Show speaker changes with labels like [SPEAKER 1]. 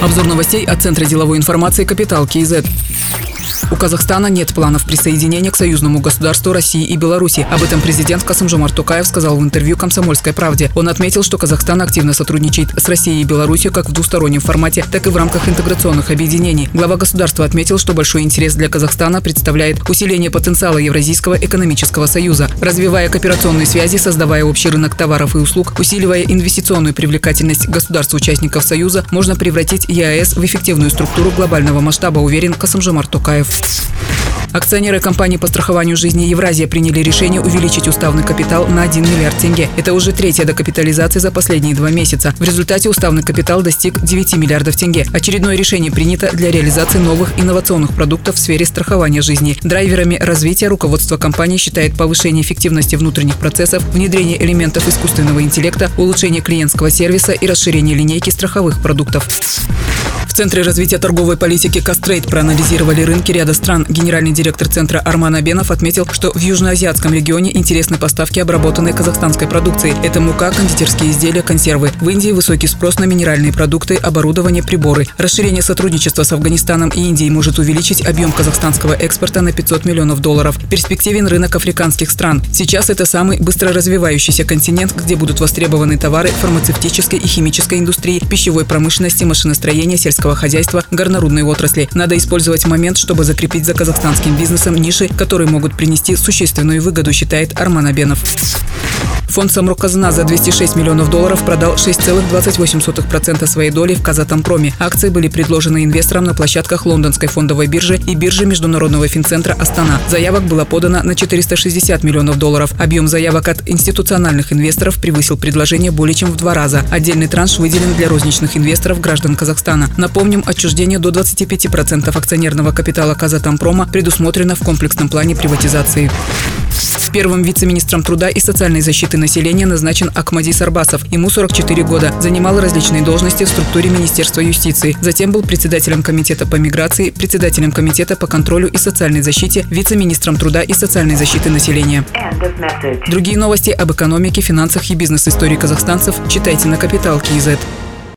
[SPEAKER 1] Обзор новостей от Центра деловой информации «Капитал КИЗ». У Казахстана нет планов присоединения к союзному государству России и Беларуси. Об этом президент Касым-Жомарт Токаев сказал в интервью «Комсомольской правде». Он отметил, что Казахстан активно сотрудничает с Россией и Беларусью как в двустороннем формате, так и в рамках интеграционных объединений. Глава государства отметил, что большой интерес для Казахстана представляет усиление потенциала Евразийского экономического союза. Развивая кооперационные связи, создавая общий рынок товаров и услуг, усиливая инвестиционную привлекательность государств-участников союза, можно превратить ЕАЭС в эффективную структуру глобального масштаба, уверен Касым-Жомарт Токаев. Акционеры компании по страхованию жизни «Евразия» приняли решение увеличить уставный капитал на 1 миллиард тенге. Это уже третья докапитализация за последние 2 месяца. В результате уставный капитал достиг 9 миллиардов тенге. Очередное решение принято для реализации новых инновационных продуктов в сфере страхования жизни. Драйверами развития руководство компании считает повышение эффективности внутренних процессов, внедрение элементов искусственного интеллекта, улучшение клиентского сервиса и расширение линейки страховых продуктов. В Центре развития торговой политики «Кастрейд» проанализировали рынки ряда стран. Генеральный директор Центра Арман Абенов отметил, что в южноазиатском регионе интересны поставки обработанной казахстанской продукции. Это мука, кондитерские изделия, консервы. В Индии высокий спрос на минеральные продукты, оборудование, приборы. Расширение сотрудничества с Афганистаном и Индией может увеличить объем казахстанского экспорта на $500 миллионов. Перспективен рынок африканских стран. Сейчас это самый быстро развивающийся континент, где будут востребованы товары фармацевтической и химической индустрии, пищевой промышленности, машиностроения, сельского хозяйства, горнорудной отрасли. Надо использовать момент, чтобы закрепить за казахстанским бизнесом ниши, которые могут принести существенную выгоду, считает Арман Абенов. Фонд «Самрұқ-Қазына» за $206 миллионов продал 6,28% своей доли в Казатомпроме. Акции были предложены инвесторам на площадках Лондонской фондовой биржи и биржи Международного финцентра Астана. Заявок было подано на $460 миллионов. Объем заявок от институциональных инвесторов превысил предложение более чем в 2 раза. Отдельный транш выделен для розничных инвесторов граждан Казахстана. Напомним, отчуждение до 25% акционерного капитала Казатомпрома предусмотрено в комплексном плане приватизации. Первым вице-министром труда и социальной защиты населения назначен Акмади Сарбасов. Ему 44 года. Занимал различные должности в структуре Министерства юстиции. Затем был председателем комитета по миграции, председателем комитета по контролю и социальной защите, вице-министром труда и социальной защиты населения. Другие новости об экономике, финансах и бизнес-истории казахстанцев читайте на Капитал КИЗ.